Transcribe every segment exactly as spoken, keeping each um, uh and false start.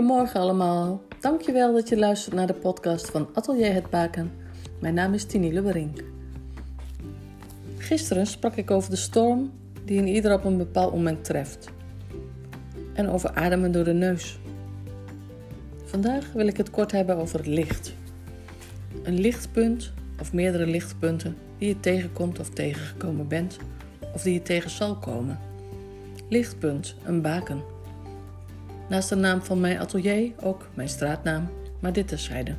Goedemorgen allemaal. Dankjewel dat je luistert naar de podcast van Atelier Het Baken. Mijn naam is Tini Lubberink. Gisteren sprak ik over de storm die in ieder op een bepaald moment treft. En over ademen door de neus. Vandaag wil ik het kort hebben over het licht. Een lichtpunt of meerdere lichtpunten die je tegenkomt of tegengekomen bent of die je tegen zal komen. Lichtpunt, een baken. Naast de naam van mijn atelier ook mijn straatnaam, maar dit terzijde.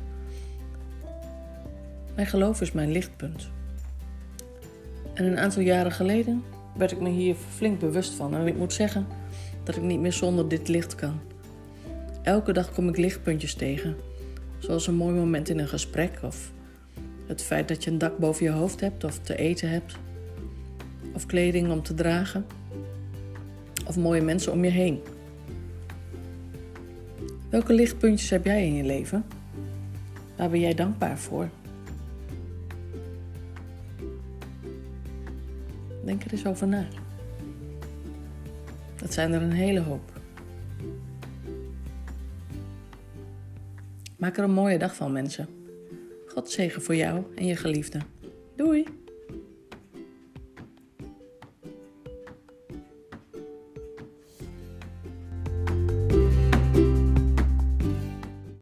Mijn geloof is mijn lichtpunt. En een aantal jaren geleden werd ik me hier flink bewust van. En ik moet zeggen dat ik niet meer zonder dit licht kan. Elke dag kom ik lichtpuntjes tegen. Zoals een mooi moment in een gesprek. Of het feit dat je een dak boven je hoofd hebt of te eten hebt. Of kleding om te dragen. Of mooie mensen om je heen. Welke lichtpuntjes heb jij in je leven? Waar ben jij dankbaar voor? Denk er eens over na. Dat zijn er een hele hoop. Maak er een mooie dag van, mensen. God zegen voor jou en je geliefde. Doei!